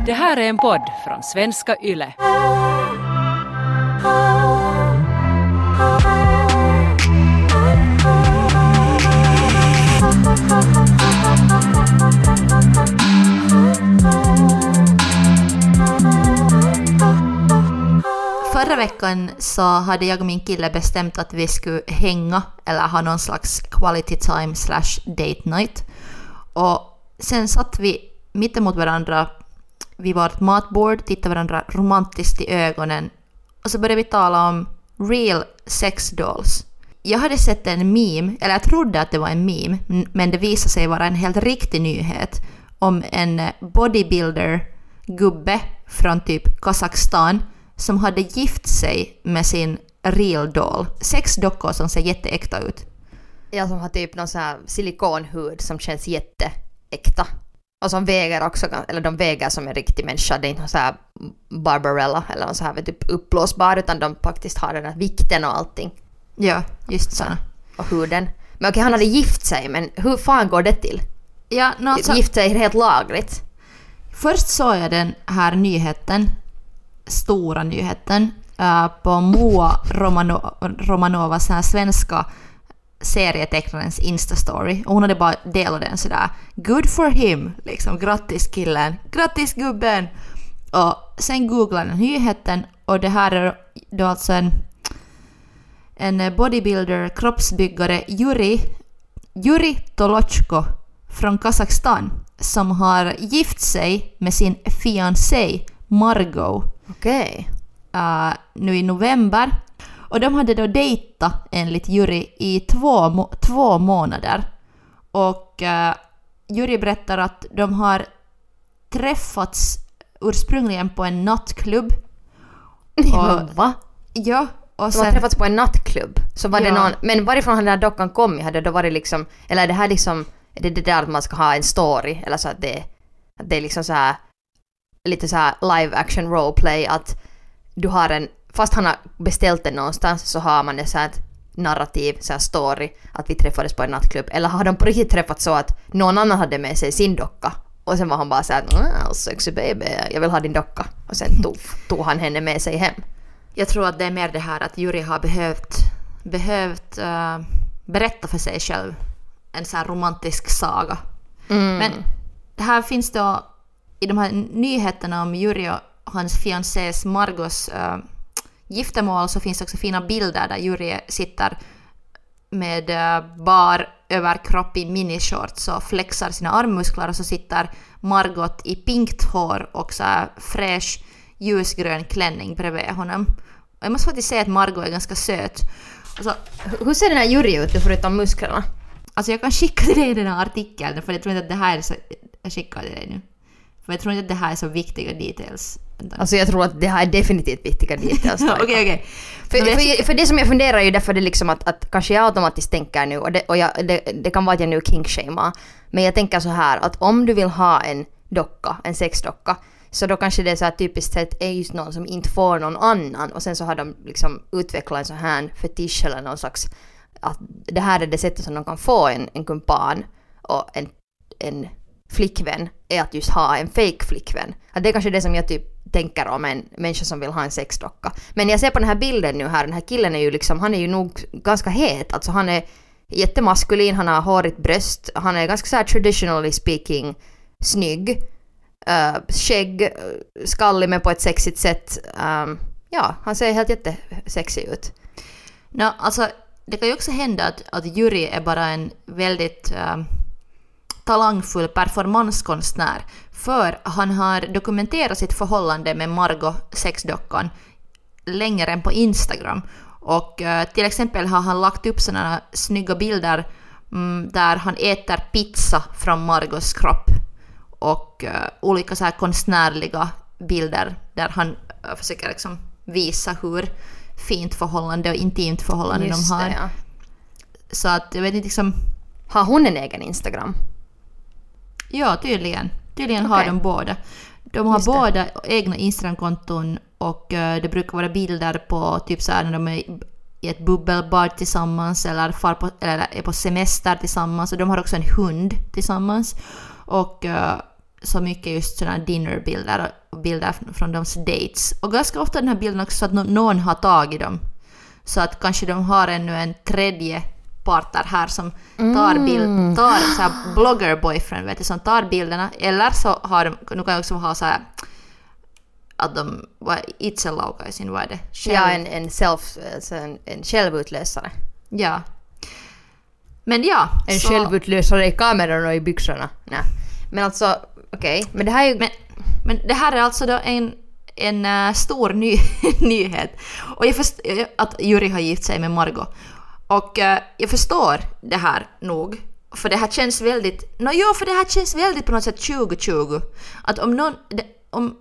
Det här är en podd från Svenska Yle. Förra veckan så hade jag och min kille bestämt att vi skulle hänga eller ha någon slags quality time / date night. Och sen satt vi mittemot varandra vid vårt matbord, tittade varandra romantiskt i ögonen och så började vi tala om real sex dolls. Jag hade sett en meme, eller jag trodde att det var en meme, men det visade sig vara en helt riktig nyhet om en bodybuilder-gubbe från typ Kazakstan som hade gift sig med sin real doll. 6 dockor som ser jätteäkta ut. Ja, som har typ någon sån här silikonhud som känns jätteäkta. Och som väger också, eller de väger som en riktig människa. Det är inte så här Barbarella eller så här typ uppblåsbar, utan de faktiskt har den här vikten och allting. Ja, just så. Och huden. Men okej, han hade gift sig, men hur fan går det till? Ja, gift sig är helt lagligt. Först såg jag den här nyheten, stora nyheten, på Moa Romanovas här svenska serietecknarens Insta-story. Och hon hade bara delat den sådär. Good for him. Liksom, grattis killen. Grattis gubben. Och sen googlade jag nyheten. Och det här är då alltså en bodybuilder, kroppsbyggare, Yuri Tolochko från Kazakstan, som har gift sig med sin fiancé Margot. Okej. Nu i november. Och de hade då dejtat enligt Yuri i 2 månader. Och Yuri berättar att de har träffats ursprungligen på en nattklubb. Va? Ja. Och de har träffats på en nattklubb. Så var det någon, men varifrån hade den här dockan kommit? Hade då varit liksom, eller det här liksom, det där att man ska ha en story, eller så att det är liksom så här lite så här live action roleplay, att du har en, fast han har beställt den någonstans, så har man en så här narrativ, så här story, att vi träffades på en nattklubb. Eller har de på riktigt träffat så att någon annan hade med sig sin docka och sen var han bara så här, sexy baby, jag vill ha din docka, och sen tog han henne med sig hem. Jag tror att det är mer det här att Yuri har behövt berätta för sig själv en så här romantisk saga. Men det här finns då i de här nyheterna om Yuri och hans fiancés Margos giftermål, så finns det också fina bilder där Yuri sitter med bar överkropp i minishorts och flexar sina armmuskler, och så sitter Margot i pinkt hår och så här fräsch ljusgrön klänning bredvid honom. Och jag måste faktiskt säga att Margot är ganska söt. Alltså, hur ser den här Yuri ut förutom musklerna? Alltså jag kan skicka till dig den här artikeln, för jag tror inte att det här är så... Jag skickar till dig nu. För jag tror inte att det här är så viktiga details. Alltså jag tror att det här är definitivt viktiga details. Okej. För det som jag funderar ju därför det liksom att kanske jag automatiskt tänker nu, det kan vara att jag nu kingshamear, men jag tänker så här att om du vill ha en docka, en sexdocka, så då kanske det är så här typiskt sett är just någon som inte får någon annan, och sen så har de liksom utvecklat en så här fetisch eller någon slags, att det här är det sättet som de kan få en kumpan och en flickvän, är att just ha en fake flickvän. Att det är kanske det som jag typ tänker om en människa som vill ha en sexdocka. Men jag ser på den här bilden nu här, den här killen är ju liksom, han är ju nog ganska het. Alltså han är jättemaskulin, han har hårigt bröst, han är ganska så här traditionally speaking snygg. Skägg, skallig men på ett sexigt sätt. Ja, han ser helt jättesexig ut. Alltså det kan ju också hända att Yuri är bara en väldigt talangfull performanskonstnär, för han har dokumenterat sitt förhållande med Margot, sexdockan, längre än på Instagram. Och till exempel har han lagt upp sådana snygga bilder där han äter pizza från Margots kropp, och olika så här konstnärliga bilder där han försöker liksom visa hur fint förhållande och intimt förhållande de har. Ja. Så att jag vet inte liksom... Har hon en egen Instagram? Ja, tydligen har de båda. De har båda egna Instagram-konton, och det brukar vara bilder på typ så här när de är i ett bubbelbad tillsammans eller är på semester tillsammans, och de har också en hund tillsammans. Och så mycket just sådana dinnerbilder och bilder från deras dates. Och ganska ofta den här bilden också så att någon har tagit dem. Så att kanske de har ännu en tredje partner här som tar så här blogger boyfriend, vet du, som tar bilderna. Eller så har de kan också ha så här att de itselaukaisen, vad är det? Ja, en självutlösare. Ja. Men ja. En självutlösare i kameran och i byxorna. Nej. Men alltså, okej. Men det här är ju... Men det här är alltså då en stor nyhet. Och jag förstår att Juri har gift sig med Margot. Och jag förstår det här nog. För det här känns väldigt... för det här känns väldigt på något sätt 2020. Att om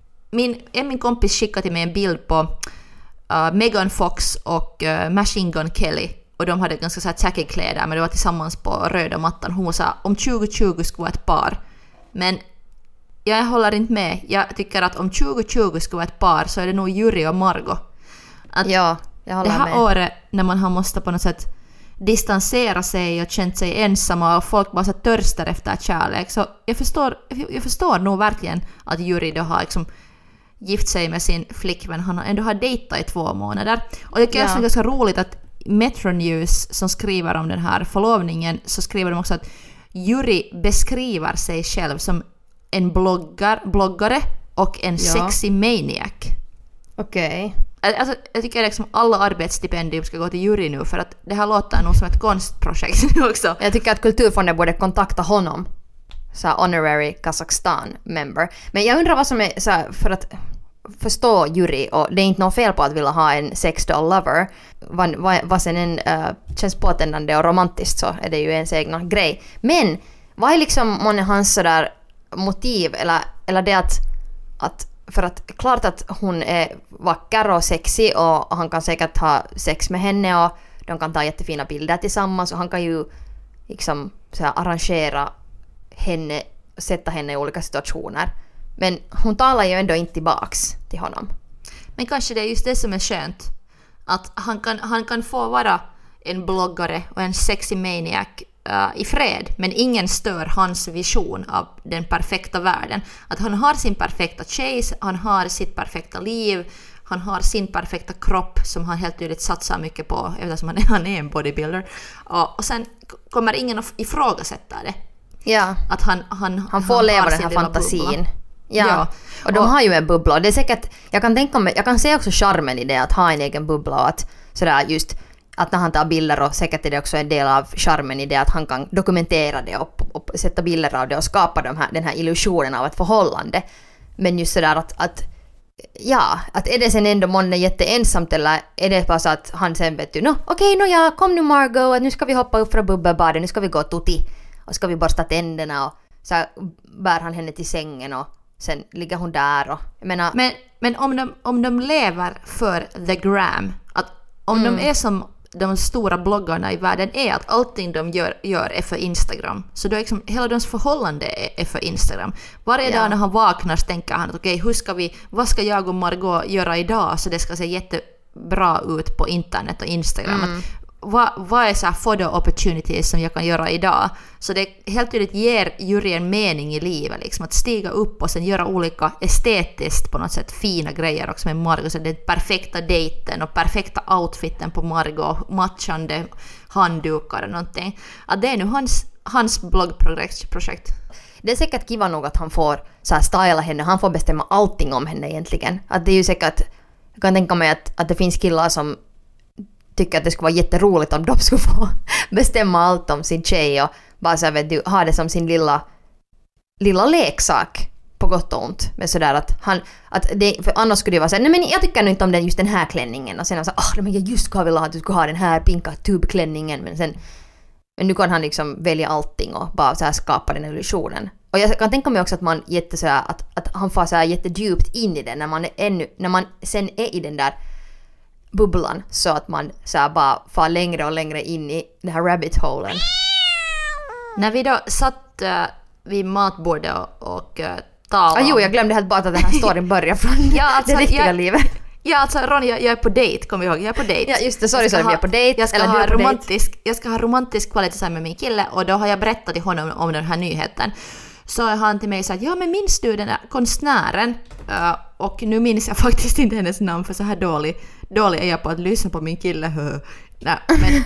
min kompis skickade till mig en bild på Megan Fox och Machine Gun Kelly. Och de hade ganska så här tacky kläder, men de var tillsammans på röda mattan. Hon sa om 2020 skulle vara ett par. Men jag håller inte med. Jag tycker att om 2020 skulle vara ett par så är det nog Juri och Margot. Att ja, jag håller med. Det här med. året när man har måste på något sätt distansera sig och känt sig ensamma och folk bara så törstar efter kärlek. Så jag förstår nog verkligen att Juri då har liksom gift sig med sin flickvän. Han ändå har dejtat i 2 månader. Och det är ganska roligt att Metro News som skriver om den här förlovningen, så skriver de också att Juri beskriver sig själv som en bloggare och en sexy maniac. Okej. Alltså, jag tycker liksom alla arbetsstipendium ska gå till Juri nu, för att det här låter nog som ett konstprojekt nu också. Jag tycker att Kulturfonden borde kontakta honom. Så här honorary Kazakstan member. Men jag undrar vad som är så här, för att förstå Juri, och det är inte något fel på att vilja ha en sexdoll lover. Vad sen en känns påtändande och romantiskt, så är det ju ens egna grej. Men vad är liksom hans sådär motiv, eller det att för att klart att hon är vacker och sexig och han kan säkert ha sex med henne och de kan ta jättefina bilder tillsammans och han kan ju liksom så här arrangera henne, sätta henne i olika situationer. Men hon talar ju ändå inte tillbaks till honom. Men kanske det är just det som är skönt. Att han kan få vara en bloggare och en sexy maniac i fred, men ingen stör hans vision av den perfekta världen. Att han har sin perfekta tjej, han har sitt perfekta liv, han har sin perfekta kropp som han helt tydligt satsar mycket på eftersom han är en bodybuilder. Och sen kommer ingen att ifrågasätta det. Ja. Att han får leva den här fantasin. Ja. Och de har ju en bubbla. Det är säkert, jag kan se också charmen i det att ha en egen bubbla, och att sådär just att när han tar bilder, och säkert är det också en del av charmen i det att han kan dokumentera det och sätta bilder av det och skapa den här illusionen av ett förhållande. Men just sådär att är det sen ändå månne jätteensamt, eller är det bara så att han sen vet du, kom nu Margot, att nu ska vi hoppa upp från bubbelbadet, nu ska vi gå tuti och ska vi borsta tänderna, och så här, bär han henne till sängen och sen ligger hon där och jag menar... Men om de lever för the gram, att om de är som de stora bloggarna i världen är att allting de gör är för Instagram. Så då är liksom, hela deras förhållande är för Instagram. Varje dag när han vaknar så tänker han att okej, vad ska jag och Margot göra idag så det ska se jättebra ut på internet och Instagram. Vad är så här photo opportunities som jag kan göra idag? Så det helt tydligt ger Juri en mening i livet. Liksom, att stiga upp och sen göra olika estetiskt på något sätt fina grejer också med Margot. Så den perfekta dejten och perfekta outfiten på Margot, matchande handdukar och någonting. Att det är nu hans bloggprojekt. Det är säkert kiva nog att han får så här styla henne. Han får bestämma allting om henne egentligen. Att det är ju säkert, jag kan tänka mig att det finns killar som tycker att det skulle vara jätteroligt om de skulle få bestämma allt om sin tjej och bara så vet du, ha det som sin lilla leksak på gott och ont. Men sådär för annars skulle det vara så här, nej men jag tycker inte om just den här klänningen, och sen så men jag just skulle vilja att du skulle ha den här pinka tubklänningen, men nu kan han liksom välja allting och bara så här skapa den illusionen. Och jag kan tänka mig också att man att han får så här jättedjupt in i det när man sen är i den där bubblan, så att man så här bara far längre och längre in i den här rabbit holen. När vi då satt vid matbordet och talade... jag glömde helt bara att den här storyn börjar från det riktiga livet. Ja, alltså Ronja, jag är på dejt, kommer jag ihåg. Jag är på dejt. Ja, just det, sorry, vi är på dejt. Jag ska ha romantisk kvalitet med min kille, och då har jag berättat till honom om den här nyheten. sa han till mig så att ja, men minns du den där konstnären? Och nu minns jag faktiskt inte hennes namn, för så här dålig är jag på att lyssna på min kille. Nej, men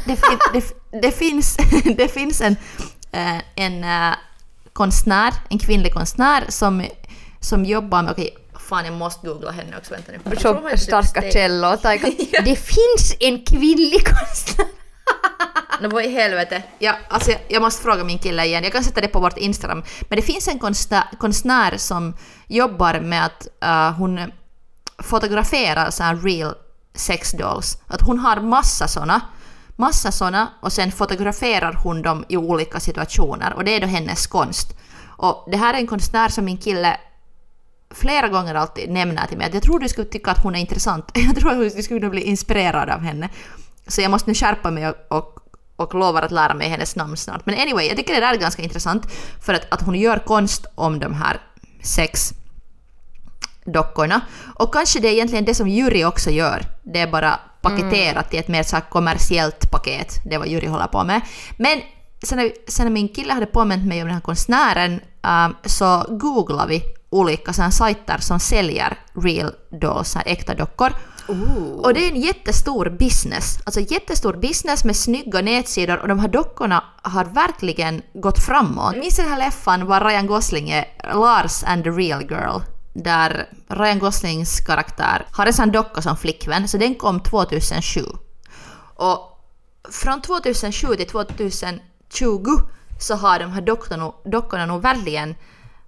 det finns en konstnär, en kvinnlig konstnär som jobbar med, okej, fan, jag måste googla henne också, vänta nu. Så starka källor. Det finns en kvinnlig konstnär. No, vad i helvete. Ja, alltså jag måste fråga min kille igen. Jag kan sätta det på vårt Instagram. Men det finns en konstnär som jobbar med att hon fotograferar så här real sex dolls. Att hon har massa såna och sen fotograferar hon dem i olika situationer. Och det är då hennes konst. Och det här är en konstnär som min kille flera gånger alltid nämner till mig. Att jag tror du skulle tycka att hon är intressant. Jag tror att du skulle bli inspirerad av henne. Så jag måste nu skärpa mig och lovar att lära mig hennes namn snart. Men anyway, jag tycker det där är ganska intressant. För att hon gör konst om de här 6 dockorna. Och kanske det är egentligen det som Jyri också gör. Det är bara paketerat i ett mer så här kommersiellt paket. Det är vad Jyri håller på med. Men sen när min kille hade påmänt mig om den här konstnären så googlade vi olika såna sajter som säljer real dolls, äkta dockor. Och det är en jättestor business med snygga nätsidor, och de här dockorna har verkligen gått framåt. Minns den här läffan var Ryan Gosling är Lars and the Real Girl, där Ryan Goslings karaktär har en sån docka som flickvän, så den kom 2007. Och från 2007 till 2020 så har de här dockorna nog verkligen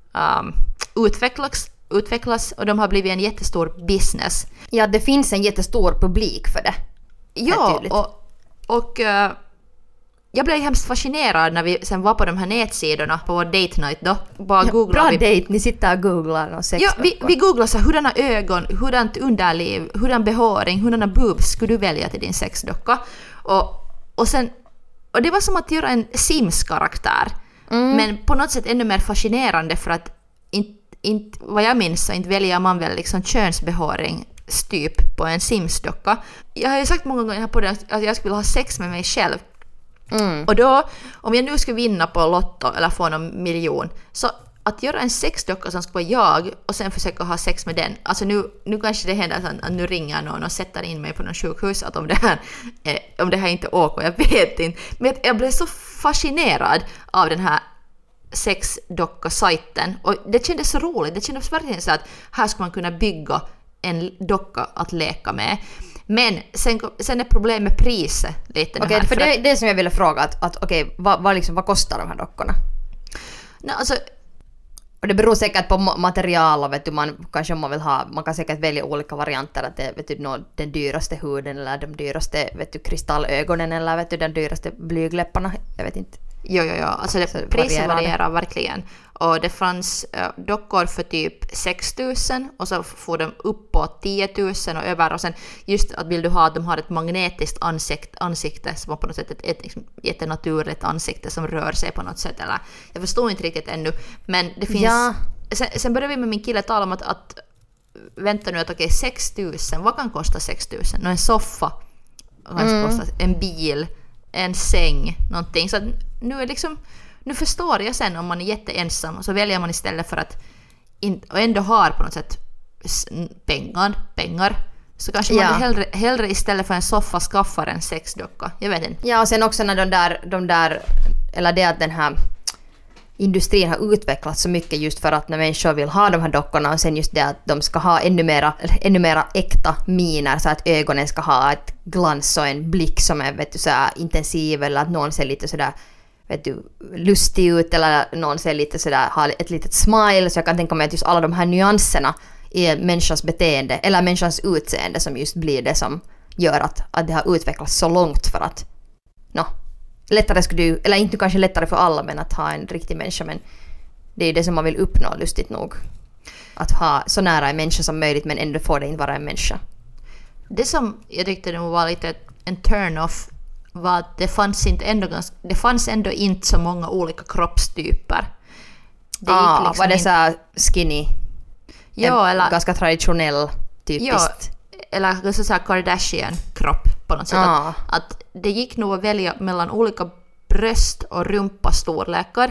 utvecklas, och de har blivit en jättestor business. Ja, det finns en jättestor publik för det. Ja, och jag blev hemskt fascinerad när vi sen var på de här nätsidorna på vår date night då. Bara bra date, ni sitter och googlar och sex. Ja, vi googlar så här, hurdana ögon, hurdant underliv, hurdan behåring, hurdana boobs skulle du välja till din sexdocka. Och det var som att göra en Sims-karaktär. Men på något sätt ännu mer fascinerande, för att inte, vad jag minns så inte väljer man väl liksom könsbehåring styp på en Sims-docka. Jag har ju sagt många gånger på det att jag skulle ha sex med mig själv. Och då, om jag nu skulle vinna på Lotto eller få någon miljon, så att göra en sexdocka som ska vara jag och sen försöka ha sex med den. Alltså nu kanske det händer att nu ringer någon och sätter in mig på någon sjukhus, att om det här inte åker, jag vet inte. Men jag blev så fascinerad av den här sexdocka-sajten, och det kändes så roligt. Det kändes verkligen så att här ska man kunna bygga en docka att leka med. Men sen är problemet med priset lite. Okej, för det som jag ville fråga, att okej, vad kostar de här dockorna? No, alltså, och det beror säkert på material, och vet du, man kan säkert välja olika varianter, att det, vet du, den dyraste huden eller de dyraste, vet du, kristallögonen eller, vet du, den dyraste blygläpparna, jag vet inte. Jo, alltså priset varierar verkligen. Och det fanns dockor för typ 6 000, och så får de upp på 10 000 och över. Och sen just att vill du ha att de har ett magnetiskt ansikte som har på något sätt ett jättenaturligt ansikte som rör sig på något sätt. Eller, jag förstår inte riktigt ännu. Men det finns... Ja. Sen började vi med min kille tala om att vänta nu, att okej, 6 000, vad kan kosta 6 000? En soffa kan kosta, en bil, en säng, någonting. Så nu förstår jag sen, om man är jätteensam, så väljer man istället för att och ändå har på något sätt pengar, så kanske man hellre istället för en soffa skaffar en sexdocka. Jag vet inte. Ja, och sen också när de där eller det att den här industrin har utvecklats så mycket just för att när människor vill ha de här dockorna, och sen just det att de ska ha ännu mera äkta miner, så att ögonen ska ha ett glans och en blick som är, vet du, så här intensiv, eller att någon ser lite sådär, vet du, lustig ut, eller någon ser lite sådär, har ett litet smile. Så jag kan tänka mig att just alla de här nyanserna i människans beteende eller människans utseende som just blir det som gör att det har utvecklats så långt, för att lättare skulle du, eller inte kanske lättare för alla, men att ha en riktig människa, men det är det som man vill uppnå, lustigt nog. Att ha så nära en människa som möjligt, men ändå får det inte vara en människa. Det som jag tyckte det var lite en turn-off var att det fanns ändå inte så många olika kroppstyper. Det gick liksom var det så här skinny? Ja, eller ganska traditionell typiskt. Ja, eller så här Kardashian-kropp på något sätt. Att det gick nog att välja mellan olika bröst- och rumpastorlekar,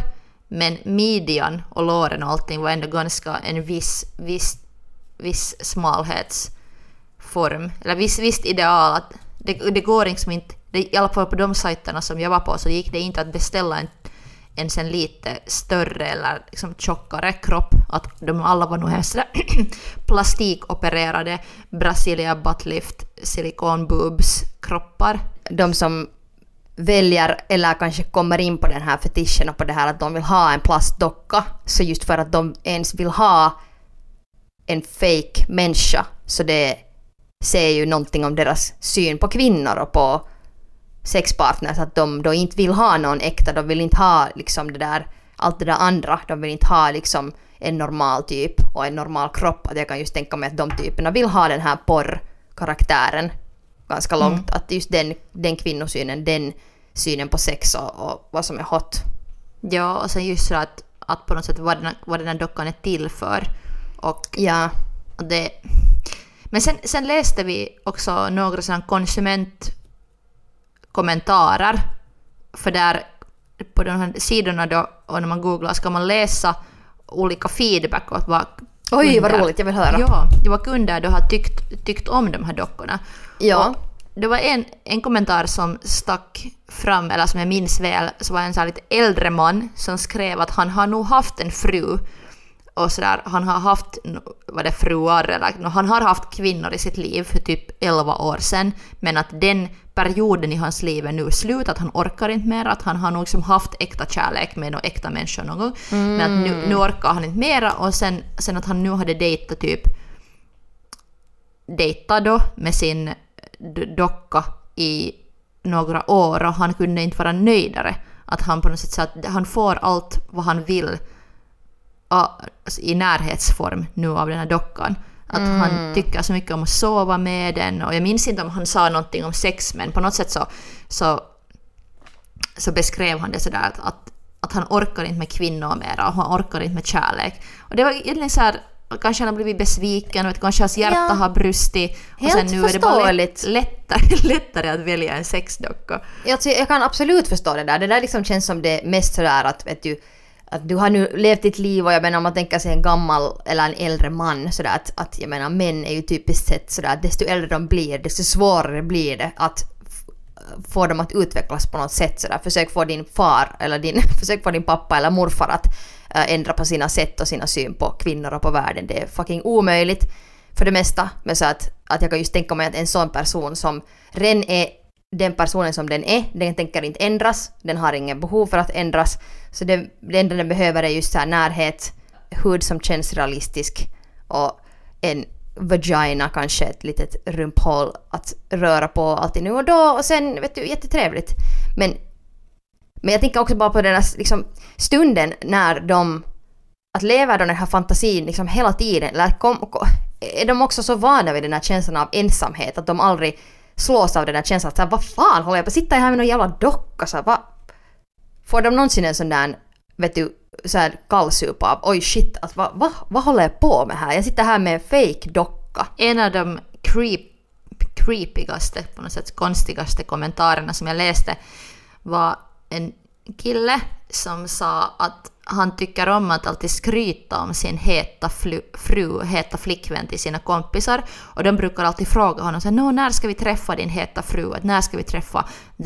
Men midjan och låren och allting var ändå ganska en viss smalhetsform. Eller visst ideal. Att det går liksom inte, i alla fall på de sajterna som jag var på så gick det inte att beställa en lite större eller liksom tjockare kropp. Att de alla var nog hemskt plastikopererade Brasilia buttlift silikonboobs kroppar. De som väljer eller kanske kommer in på den här fetischen och på det här att de vill ha en plastdocka, så just för att de ens vill ha en fake människa, så det säger ju någonting om deras syn på kvinnor och på sexpartners, att de då inte vill ha någon äkta, de vill inte ha liksom det där, allt det där andra, de vill inte ha liksom en normal typ och en normal kropp. Att jag kan just tänka mig att de typerna vill ha den här porrkaraktären ganska långt, att just den kvinnosynen, den synen på sex och vad som är hot. Ja, och sen just så att på något sätt vad den här dockan är till för. Och ja. Och men sen läste vi också några sådana konsumentkommentarer, för där på de här sidorna då, och när man googlar ska man läsa olika feedback och vad roligt, jag vill höra. Ja, det var kunder då har tyckt om de här dockorna. Ja. Och det var en kommentar som stack fram, eller som jag minns väl, så var en så här lite äldre man som skrev att han har nog haft en fru och sådär, han har haft fruar eller han har haft kvinnor i sitt liv för typ 11 år sedan, men att den perioden i hans liv är nu slut, att han orkar inte mer, att han har nog liksom haft äkta kärlek med några äkta människor någon gång, men att nu orkar han inte mera, och sen att han nu hade dejtat då med sin docka i några år och han kunde inte vara nöjdare, att han på något sätt så att han får allt vad han vill i närhetsform nu av den här dockan. Att han tycker så mycket om att sova med den, och jag minns inte om han sa någonting om sex, men på något sätt så beskrev han det sådär att han orkar inte med kvinnor mera och han orkar inte med kärlek. Och det var egentligen så här, kanske han har blivit besviken och kanske hans hjärta har brustit, och sen nu är det bara lättare att välja en sexdocka. Jag kan absolut förstå det där. Det där liksom känns som det mest sådär att att du har nu levt ditt liv, och jag menar om man tänker sig en gammal eller en äldre man sådär att jag menar män är ju typiskt sett sådär att desto äldre de blir desto svårare blir det att få dem att utvecklas på något sätt sådär. Försök få din far eller försök få din pappa eller morfar att ändra på sina sätt och sina syn på kvinnor och på världen. Det är fucking omöjligt för det mesta, men så att jag kan just tänka mig att en sån person som redan är den personen som den tänker inte ändras, den har ingen behov för att ändras, så det enda den behöver är just så här närhet, hud som känns realistisk och en vagina, kanske ett litet rumphål att röra på alltid nu och då, och sen vet du, jättetrevligt. Men jag tänker också bara på den här liksom, stunden när att leva den här fantasin liksom hela tiden, eller är de också så vana vid den här känslan av ensamhet att de aldrig slås av den här känslan att vad fan håller jag på att sitta här med någon jävla docka, så vad får de någonsin en sån där, vet du, så här kallsup av oj shit, att vad håller jag på med här? Jag sitter här med en fake docka. En av de creepigaste, på något sätt konstigaste kommentarerna som jag läste var en kille som sa att han tycker om att alltid skryta om sin heta flickvän till sina kompisar, och de brukar alltid fråga honom så här, när ska vi träffa din heta fru, när ska vi träffa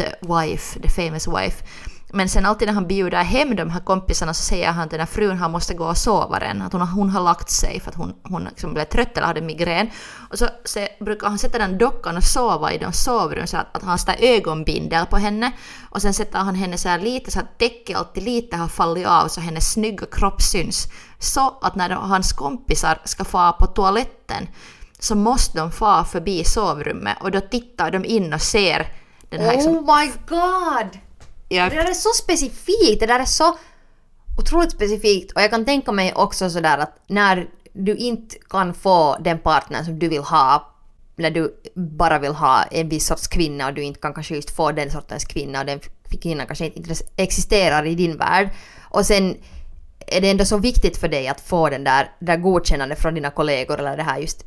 the famous wife. Men sen alltid när han bjuder hem de här kompisarna så säger han att den här frun han måste gå och sova den, att hon har lagt sig för att hon liksom blev trött eller hade migrän, och så brukar han sätta den dockan och sova i de sovrum så att han har ögonbindel på henne, och sen sätter han henne så här lite så att täcket alltid lite har fallit av så hennes snygga kropp syns, så att när hans kompisar ska få på toaletten så måste de få förbi sovrummet, och då tittar de in och ser den här liksom, oh my god! Ja. Det där är så specifikt, det där är så otroligt specifikt, och jag kan tänka mig också sådär att när du inte kan få den partner som du vill ha, när du bara vill ha en viss sorts kvinna och du inte kan kanske just få den sortens kvinna och den kvinnan kanske inte existerar i din värld, och sen är det ändå så viktigt för dig att få den där godkännande från dina kollegor eller det här just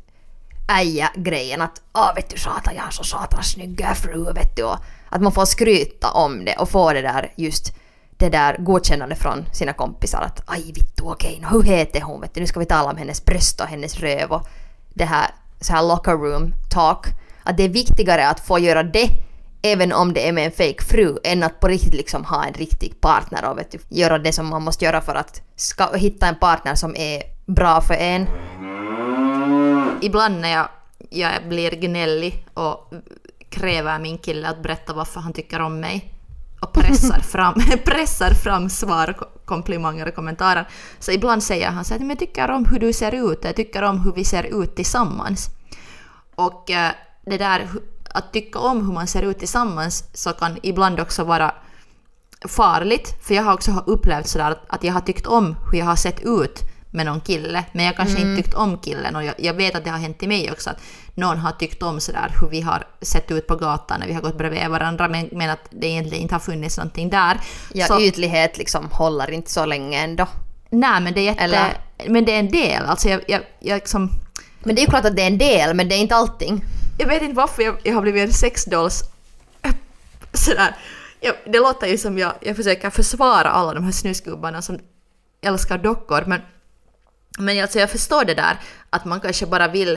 grejen att vet du satan, jag har så satan snygga fru, vet du, och att man får skryta om det och få det där just det där godkännande från sina kompisar att aj vittu okej, hur heter hon, vet du, nu ska vi tala om hennes bröst och hennes röv och det här så här locker room talk, att det är viktigare att få göra det även om det är med en fake fru än att på riktigt liksom ha en riktig partner och vet du, göra det som man måste göra för att hitta en partner som är bra för en. Ibland när jag blir gnällig och kräver min kille att berätta varför han tycker om mig och pressar fram svar, komplimanger och kommentarer. Så ibland säger han så att jag tycker om hur du ser ut, jag tycker om hur vi ser ut tillsammans. Och det där att tycka om hur man ser ut tillsammans så kan ibland också vara farligt. För jag har också upplevt sådär att jag har tyckt om hur jag har sett ut med någon kille, men jag kanske inte tyckt om killen, och jag vet att det har hänt i mig också att någon har tyckt om sådär hur vi har sett ut på gatan när vi har gått bredvid varandra, men att det egentligen inte har funnits någonting där. Ja, så ytlighet liksom håller inte så länge ändå. Nej, men det är men det är en del, alltså jag liksom... Men det är ju klart att det är en del, men det är inte allting. Jag vet inte varför jag har blivit en sexdolls sådär. Det låter ju som jag försöker försvara alla de här snusgubbarna som älskar dockor, men alltså jag förstår det där att man kanske bara vill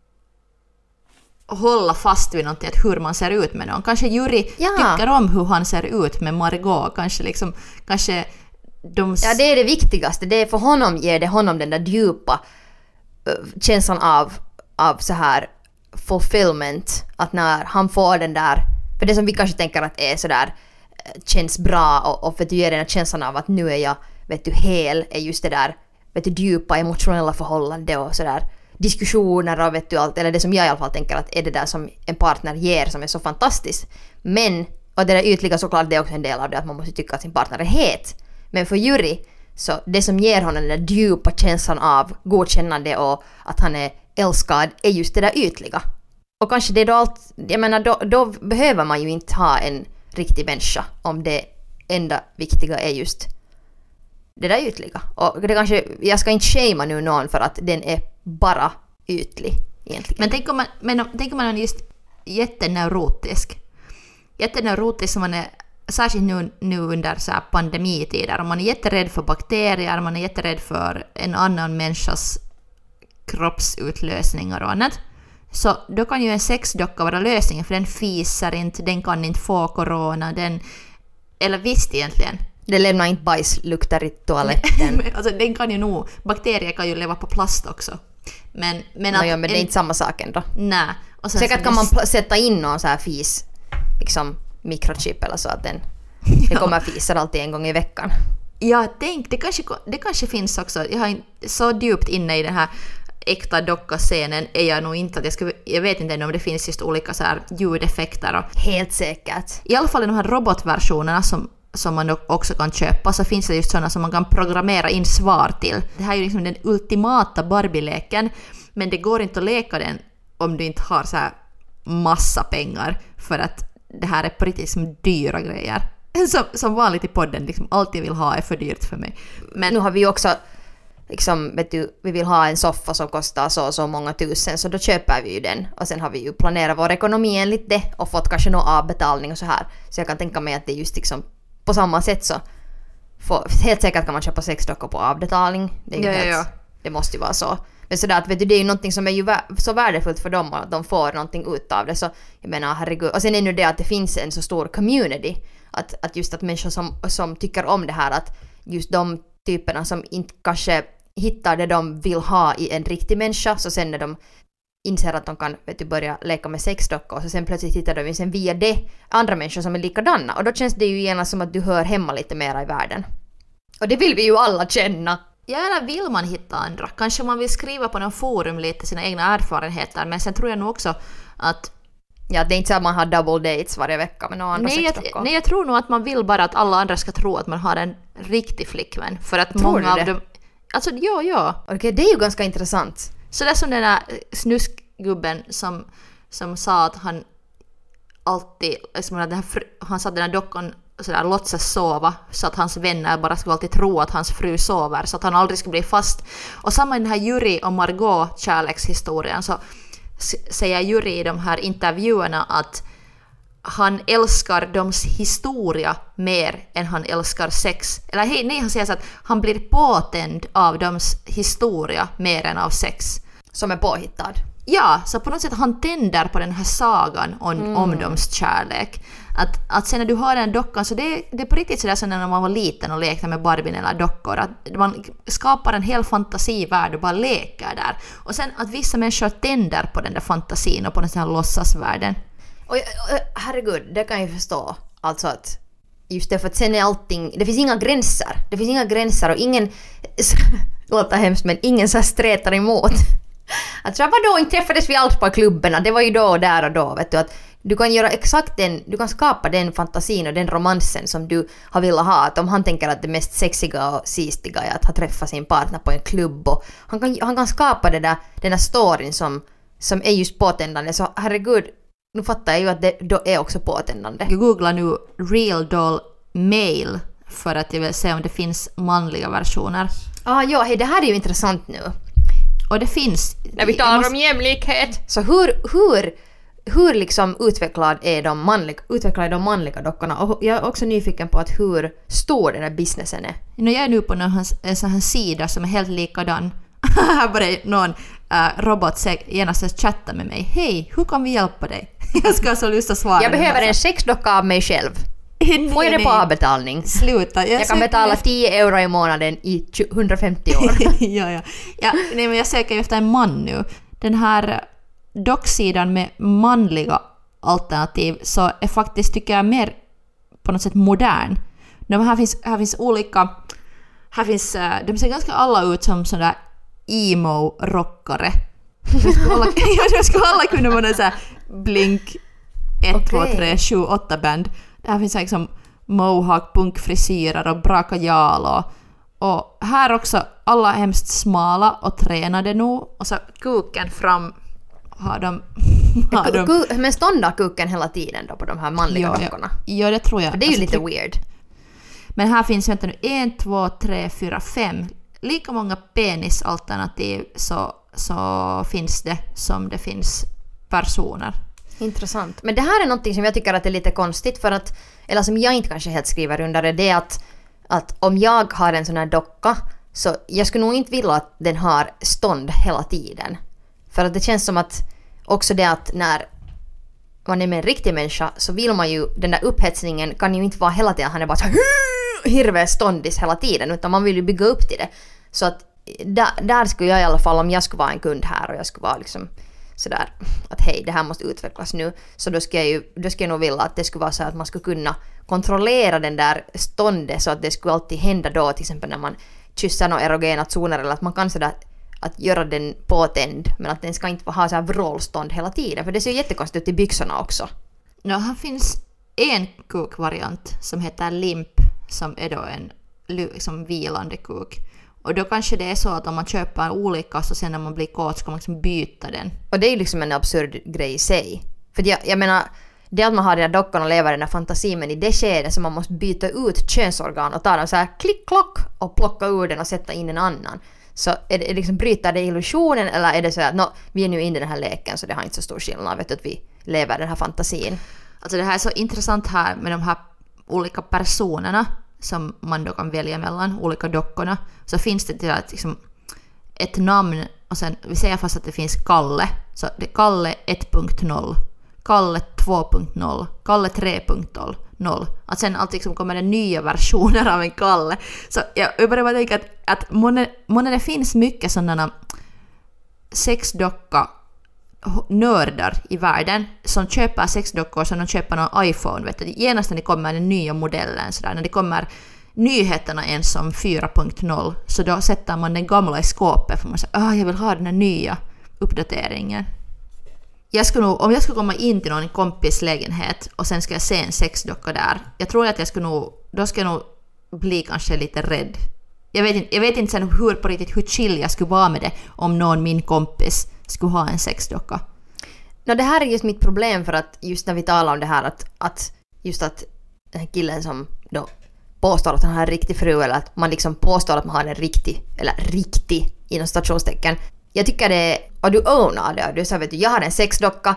hålla fast vid någonting, att hur man ser ut med någon. Kanske Juri tycker om hur han ser ut med Margot. Kanske de... Ja, det är det viktigaste. Det är för honom, ger det honom den där djupa känslan av så här fulfillment. Att när han får den där, för det som vi kanske tänker att är så där känns bra och för att du ger den här känslan av att nu är jag, vet du, hel, är just det där, vet du, djupa emotionella förhållande och sådär diskussioner och vet du allt, eller det som jag i alla fall tänker att är det där som en partner ger som är så fantastiskt. Men, och det där ytliga såklart, det är också en del av det att man måste tycka att sin partner är het. Men för Juri, så det som ger honom den där djupa känslan av godkännande och att han är älskad är just det där ytliga. Och kanske det är då allt, jag menar då behöver man ju inte ha en riktig människa om det enda viktiga är just det där ytliga. Och det kanske, jag ska inte shama nu någon för att den är bara ytlig egentligen. Men tänker man är just jätteneurotisk som man är, särskilt nu under så här pandemitider, och man är jätterädd för bakterier, man är jätterädd för en annan människas kroppsutlösningar och annat. Så då kan ju en sexdocka vara lösningen, för den fiser inte, den kan inte få corona, eller visst egentligen. Det lämnar inte bajslukter i toaletten. Alltså den kan ju nog, bakterier kan ju leva på plast också. Men det är inte samma sak ändå. Nej. Säkert kan man sätta in någon så här fis, liksom mikrochip eller så att det kommer fiser alltid en gång i veckan. Ja, tänk, det kanske finns också. Jag har så djupt inne i den här äkta docka-scenen är jag nog inte att jag vet inte ännu om det finns just olika så här ljudeffekter. Och, helt säkert. I alla fall i de här robotversionerna som man också kan köpa, så finns det just sådana som man kan programmera in svar till. Det här är ju liksom den ultimata Barbie-leken, men det går inte att leka den om du inte har så här massa pengar, för att det här är på riktigt som dyra grejer. Som vanligt i podden, liksom, allt jag vill ha är för dyrt för mig. Men nu har vi ju också liksom, vet du, vi vill ha en soffa som kostar så många tusen, så då köper vi ju den. Och sen har vi ju planerat vår ekonomi enligt det och fått kanske någon avbetalning och så här. Så jag kan tänka mig att det är just liksom på samma sätt så helt säkert kan man köpa sexdockor på avbetalning. Det är ju det måste ju vara så. Men sådär att vet du, det är ju någonting som är ju så värdefullt för dem att de får någonting ut av det. Så jag menar, herregud. Och sen är nu det att det finns en så stor community. Att just att människor som tycker om det här, att just de typerna som inte kanske hittar det de vill ha i en riktig människa, så sen när de inser att de kan, vet du, börja leka med sexdockor, och så sen plötsligt hittar de sen via det andra människor som är likadana. Och då känns det ju gärna som att du hör hemma lite mera i världen. Och det vill vi ju alla känna. Ja, eller vill man hitta andra? Kanske man vill skriva på någon forum lite sina egna erfarenheter, men sen tror jag nog också att ja, det är inte så att man har double dates varje vecka med några andra sexdockor. Nej, jag tror nog att man vill bara att alla andra ska tro att man har en riktig flickvän. För att tror många du av dem... Alltså, ja. Okej, det är ju ganska intressant. Så det är som den där snuskgubben som sa att han alltid... han sa att den här dockan sådär, låtsas sova, så att hans vänner bara skulle alltid tro att hans fru sover, så att han aldrig skulle bli fast. Och samma i den här Juri och Margot kärlekshistorien, så säger Juri i de här intervjuerna han älskar deras historia mer än han älskar sex. Eller nej, han säger så att han blir påtänd av deras historia mer än av sex. Som är påhittad. Ja, så på något sätt han tänder på den här sagan om deras kärlek. Att sen när du har den dockan så det är på riktigt sådär som när man var liten och lekte med Barbien eller dockor. Att man skapar en hel fantasivärld och bara leker där. Och sen att vissa människor tänder på den där fantasin och på den här låtsasvärlden. Och herregud, det kan jag förstå. Alltså att just det, för att sen är allting, det finns inga gränser. Det finns inga gränser och ingen, låter hemskt men ingen så stretar emot. Att så vadå, inte träffades vi allt på klubbarna, det var ju då och där och då, vet du, att du kan göra exakt du kan skapa den fantasin och den romansen som du har velat ha. Att om han tänker att det mest sexiga och sistiga är att ha träffat sin partner på en klubb och han kan skapa den där storyn som är just påtändande. Så herregud, nu fattar jag ju att det då är också påtändande. Jag googlar nu Real Doll Male för att jag vill se om det finns manliga versioner. Ja, hej, det här är ju intressant nu. Och det finns... När vi talar om jämlikhet. Så hur liksom utvecklade de manliga dockorna? Och jag är också nyfiken på att hur stor den här businessen är. Jag är nu på en sån här sida som är helt likadan. Här börjar någon robot genast chatta med mig. Hej, hur kan vi hjälpa dig? Jag ska alltså lyssna svara. Jag behöver en sexdocka av mig själv. Får jag det på avbetalning? Sluta. Jag kan betala 10 euro i månaden i 150 år. ja, nej, men jag söker efter en man nu. Den här docksidan med manliga alternativ så är faktiskt, tycker jag, mer på något sätt modern. Här finns olika... de ser ganska alla ut som sådär emo-rockare. Jag skulle alla kunna vara en sån här Blink 1, 2, 3, 7, 8 band. Där finns liksom mohawk, punkfrisyrer och bra kajal och här också alla hemskt smala och tränade nu. Och så kuken fram har de... Men ståndar kuken hela tiden då på de här manliga dockorna? Ja, det tror jag. För det är ju lite weird. Men här finns, vänta nu, 1, 2, 3, 4, 5. Lika många penisalternativ så finns det som det finns personer. Intressant. Men det här är någonting som jag tycker att är lite konstigt för att, eller som jag inte kanske helt skriver under det är att om jag har en sån här docka så jag skulle nog inte vilja att den har stånd hela tiden. För att det känns som att också det att när man är med en riktig människa så vill man ju, den där upphetsningen kan ju inte vara hela tiden, han är bara så hirve ståndis hela tiden, utan man vill ju bygga upp till det. Så att där skulle jag i alla fall, om jag skulle vara en kund här och jag skulle vara liksom sådär att hej, det här måste utvecklas nu, så då ska jag nog vilja att det skulle vara så att man skulle kunna kontrollera den där ståndet så att det skulle alltid hända då, till exempel när man kyssar några erogena zoner, eller att man kan sådär att göra den påtänd, men att den ska inte ha så här vrålstånd hela tiden, för det ser ju jättekonstigt ut i byxorna också. Här finns en kukvariant som heter limp, som är då en liksom vilande kuk. Och då kanske det är så att om man köper olika så sen när man blir kåt ska man liksom byta den. Och det är ju liksom en absurd grej i sig. För jag menar, det att man har den där dockan och lever den där fantasin, men i det skedet så man måste byta ut könsorgan och ta dem så här klick-klock och plocka ur den och sätta in en annan. Så är det liksom, bryter det illusionen, eller är det så att vi är nu inne i den här leken så det har inte så stor skillnad, vet du, att vi lever den här fantasin. Alltså det här är så intressant här med de här olika personerna som man då kan välja mellan, olika dockorna. Så finns det till att liksom ett namn och sen vi säger fast att det finns Kalle. Så det är Kalle 1.0, Kalle 2.0, Kalle 3.0. Att sen alltid liksom kommer det nya versioner av en Kalle. Så jag börjar tänka att månne det finns mycket sådana sexdocka nördar i världen som köper sexdockor som de köper någon iPhone, vet du. Genast när det kommer den nya modellen sådär, när det kommer nyheterna ens som 4.0, så då sätter man den gamla i skåpet för man säger jag vill ha den här nya uppdateringen. Om jag skulle komma in till någon kompis lägenhet och sen ska jag se en sexdocka där, jag tror att då ska jag nog bli kanske lite rädd. Jag vet inte sen hur chill jag skulle vara med det om någon min kompis skulle ha en sexdocka. Det här är just mitt problem, för att just när vi talar om det här att den här killen som då påstår att han har en riktig fru, eller att man liksom påstår att man har en riktig inom stationstecken. Jag tycker det, och du ownar det, du sa vet du, jag har en sexdocka,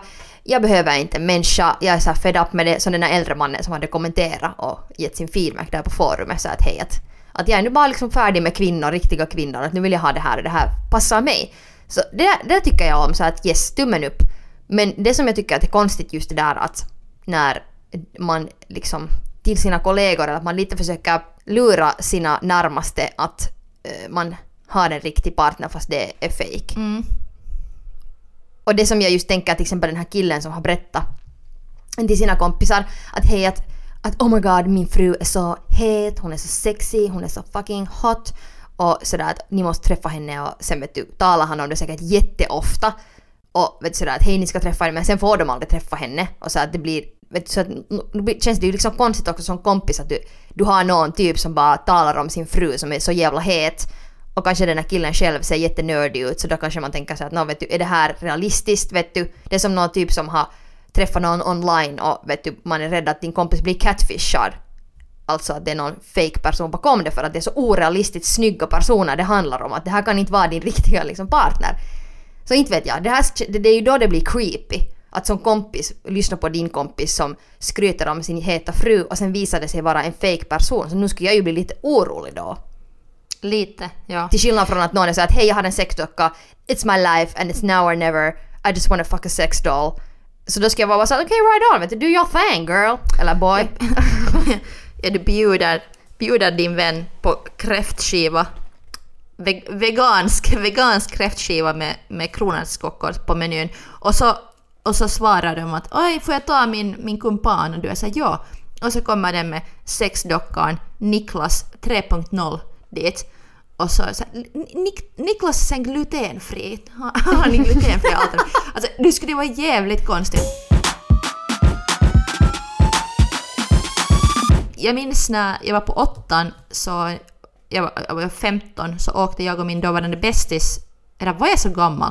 jag behöver inte en människa, jag är så här fed up med det, som den här äldre mannen som hade kommenterat och gett sin feedback där på forumet, så att hej, att jag är nu bara liksom färdig med kvinnor, riktiga kvinnor, att nu vill jag ha det här och det här passar mig. Så det tycker jag om, så att yes, tummen upp. Men det som jag tycker att är konstigt just det där att när man liksom till sina kollegor, eller att man lite försöker lura sina närmaste att man har en riktig partner fast det är fake. Och det som jag just tänker, till exempel den här killen som har berättat till sina kompisar att hej, att oh my god, min fru är så het, hon är så sexy, hon är så fucking hot och sådär att ni måste träffa henne, och sen vet du, talar han om det säkert jätteofta och vet du, sådär att hej, ni ska träffa henne, men sen får de aldrig träffa henne, och så att det blir, vet du, så att det känns det ju liksom konstigt också som kompis att du har någon typ som bara talar om sin fru som är så jävla het, och kanske den här killen själv ser jättenördig ut, så då kanske man tänker sig att vet du, är det här realistiskt, vet du, det är som någon typ som har träffat någon online och vet du, man är rädd att din kompis blir catfishad. Alltså att det är någon fake person bakom det, för att det är så orealistiskt snygga personer det handlar om, att det här kan inte vara din riktiga liksom partner. Så inte vet jag, det är ju då det blir creepy. Att som kompis lyssna på din kompis som skryter om sin heta fru och sen visar det sig vara en fake person. Så nu skulle jag ju bli lite orolig då. Lite, ja. Till skillnad från att någon säger att hej, jag har en sexdocka, it's my life and it's now or never, I just want to fuck a sex doll. Så då ska jag vara så okej, right on, vet du, do your thing girl, eller boy. Ja, du bjuder din vän på kräftskiva, vegansk kräftskiva med kronärtskockor på menyn, och så svarar de att oj, får jag ta min kumpan, och du är så ja, och så kommer den med sexdockan Niklas 3.0 dit. Och så Niklas sen glutenfri. Har ni glutenfri allt? Alltså, det skulle vara jävligt konstigt. Jag minns när jag var på 8, så jag var 15, så åkte jag och min dåvarande bästis, eller var jag så gammal?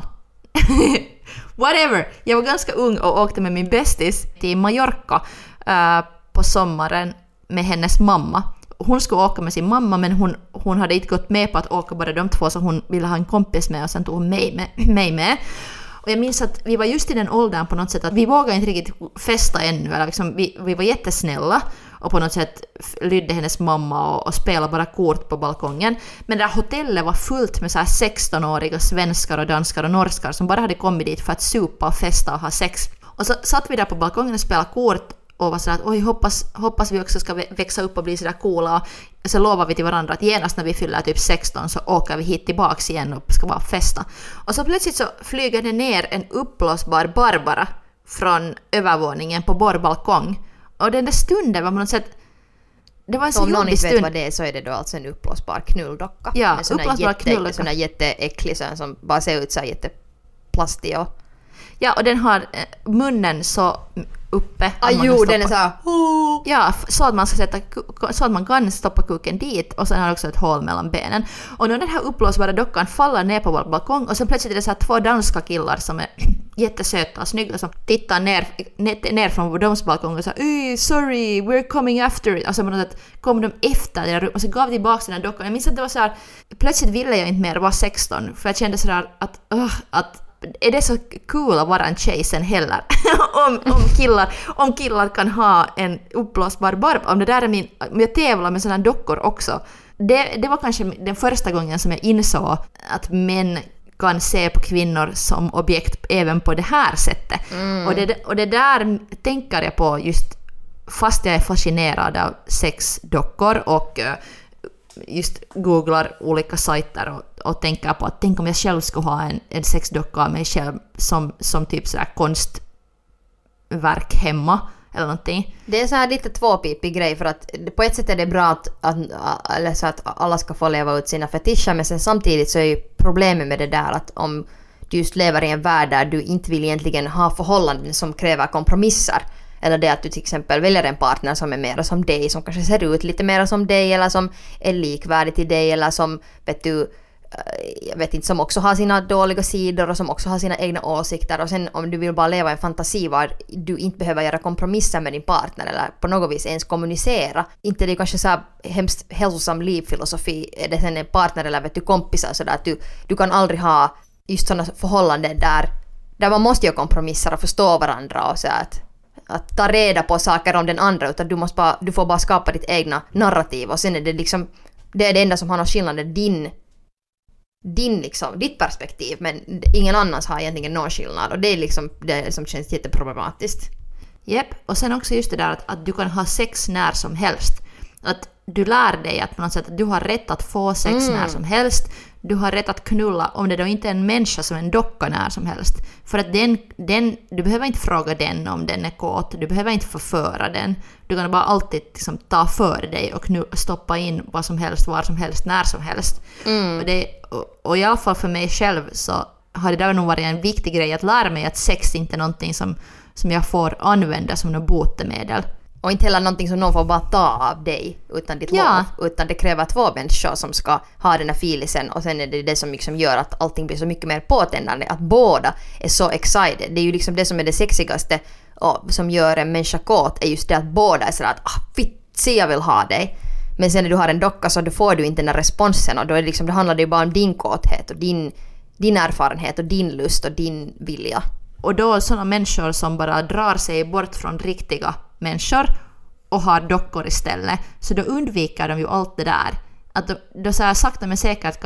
Whatever. Jag var ganska ung och åkte med min bästis till Mallorca på sommaren med hennes mamma. Hon skulle åka med sin mamma, men hon hade inte gått med på att åka bara de två, så hon ville ha en kompis med, och sen tog hon mig med. Och jag minns att vi var just i den åldern på något sätt att vi vågade inte riktigt festa ännu, eller liksom, vi var jättesnälla och på något sätt lydde hennes mamma och spelade bara kort på balkongen. Men det där hotellet var fullt med så här 16-åriga svenskar och danskar och norskar som bara hade kommit dit för att supa och festa och ha sex. Och så satt vi där på balkongen och spelade kort och var sådär att oj, hoppas vi också ska växa upp och bli sådär coola. Och så lovar vi till varandra att genast när vi fyller typ 16 så åker vi hit tillbaks igen och ska bara festa. Och så plötsligt så flyger det ner en uppblåsbar Barbara från övervåningen på vår balkong. Och den där stunden var på något sätt, det var en så jobbig stund. Om någon inte vet vad det är, så är det då alltså en uppblåsbar knulldocka. Ja, uppblåsbar knulldocka. Sån där jätteäcklig, som bara ser ut så här jätteplastig och... Ja, och den har munnen så uppe. Den är så här. Ja, så att man kan stoppa kuken dit, och sen har också ett hål mellan benen. Och när den här uppblåsbara dockan faller ner på vår balkong, och sen plötsligt är det så här 2 danska killar som är jättesöta och snygga som tittar ner från vår balkong och säger sorry, we're coming after it. Alltså på något sätt kom de efter det och så gav tillbaka den här dockan. Jag minns att det var så här, plötsligt ville jag inte mer vara 16, för jag kände så där att är det så cool att vara en tjej sen heller? om killar kan ha en uppblåsbar Barbara. Om det där är jag tävlar med sådana dockor också. Det var kanske den första gången som jag insåg att män kan se på kvinnor som objekt även på det här sättet. Och det där tänker jag på just fast jag är fascinerad av sexdockor och just googlar olika sajter och tänker på att tänk om jag själv skulle ha en sexdocka av mig själv som typ sådär konstverk hemma eller någonting. Det är så här lite tvåpipig grej, för att på ett sätt är det bra eller så att alla ska få leva ut sina fetischer, men sen samtidigt så är ju problemet med det där att om du just lever i en värld där du inte vill egentligen ha förhållanden som kräver kompromisser, eller det att du till exempel väljer en partner som är mer som dig, som kanske ser ut lite mer som dig, eller som är likvärdig till dig, eller som jag vet inte, som också har sina dåliga sidor och som också har sina egna åsikter, och sen om du vill bara leva en fantasi var du inte behöver göra kompromisser med din partner eller på något vis ens kommunicera, inte det är kanske så här hemskt hälsosam livsfilosofi, är det sen en partner eller vet du kompisar, så där att du kan aldrig ha just sådana förhållanden där där man måste göra kompromisser och förstå varandra och så att ta reda på saker om den andra, utan du får bara skapa ditt egna narrativ och sen är det liksom det är det enda som har någon skillnad, ditt perspektiv, men ingen annans har egentligen någon skillnad och det är liksom det som känns jätteproblematiskt. Japp, och sen också just det där att du kan ha sex när som helst. Att du lär dig att på något sätt att du har rätt att få sex när som helst. Du har rätt att knulla om det då inte är en människa som en docka när som helst. För att du behöver inte fråga den om den är kåt. Du behöver inte förföra den. Du kan bara alltid liksom ta för dig och stoppa in vad som helst, var som helst, när som helst. Och i alla fall för mig själv så har det där nog varit en viktig grej att lära mig att sex inte är någonting som jag får använda som något botemedel. Och inte heller någonting som någon får bara ta av dig utan ditt lov. Utan det kräver 2 människor som ska ha den här filisen. Och sen är det det som liksom gör att allting blir så mycket mer påtändande. Att båda är så excited. Det är ju liksom det som är det sexigaste och som gör en människa kåt. Är just det att båda är sådär att se jag vill ha dig. Men sen när du har en docka så då får du inte den här responsen. Och då, är det liksom, då handlar det ju bara om din kåthet och din erfarenhet och din lust och din vilja. Och då sådana människor som bara drar sig bort från riktiga människor och har dockor istället. Så då undviker de ju allt det där. Att då så här sakta men säkert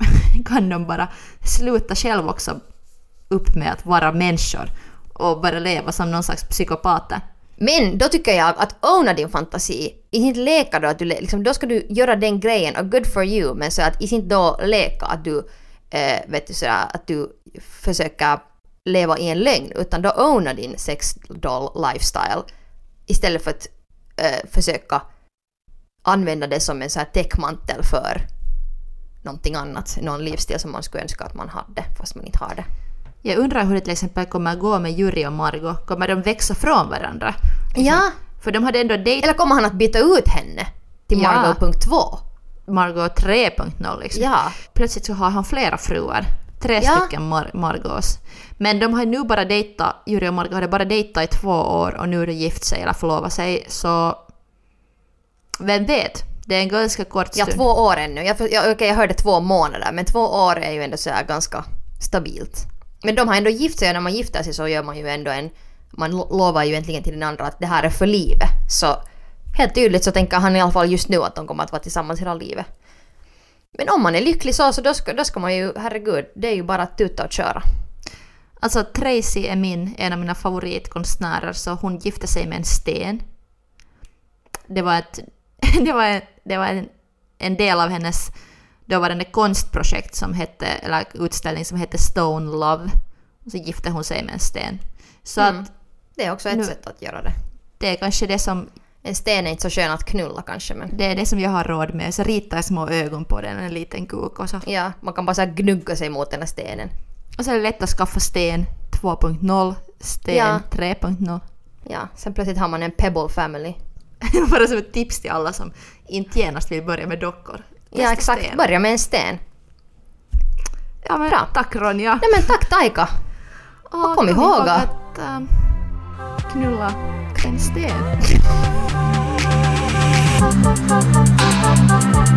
kan de bara sluta själv också upp med att vara människor och bara leva som någon slags psykopater. Men då tycker jag att owna din fantasi. I inte leka då att du liksom, då ska du göra den grejen och good for you, men så att i inte då leka att du vet du sådär att du försöker leva i en lögn, utan då owna din sexdoll lifestyle istället för att försöka använda det som en så här täckmantel för någonting annat, någon livsstil som man skulle önska att man hade fast man inte har det. Jag undrar hur det till exempel kommer gå med Juri och Margot. Kommer de växa från varandra? Ja. För de hade ändå eller kommer han att byta ut henne till Margot.2? Margot 3.0 liksom. Ja. Plötsligt så har han flera fruar. 3 stycken Margos. Men de har nu bara dejtat, Juri och Margot hade bara dejtat i 2 år och nu är de gift sig eller förlovat sig. Så vem vet? Det är en ganska kort stund. Ja, 2 år ännu. Jag hörde 2 månader, men 2 år är ju ändå så här ganska stabilt. Men de har ändå gift sig och när man gifter sig så gör man ju ändå man lovar ju äntligen till den andra att det här är för livet. Så helt tydligt så tänker han i alla fall just nu att de kommer att vara tillsammans hela livet. Men om man är lycklig så då ska man ju, herregud, det är ju bara att tuta och köra. Alltså Tracy är en av mina favoritkonstnärer, så hon gifte sig med en sten. Det var en del av hennes dåvarande konstprojekt som hette, eller utställning som hette Stone Love. Och så gifte hon sig med en sten. Så att det är också ett sätt att göra det. Det är kanske det som... En sten är inte så skön att knulla kanske, men... Det är det som jag har råd med. Så ritar små ögon på den, en liten kuk och så. Ja, man kan bara så gnugga sig mot den här stenen. Och så är det lätt att skaffa sten 2.0, sten 3.0. Ja, sen plötsligt har man en Pebble family. Bara som ett tips till alla som inte genast vill börja med dockor. Ja, exakt. Sten. Börja med en sten. Ja, men bra. Tack Ronja. Nej, men tack Taika. Och kom ihåg att knulla en sten.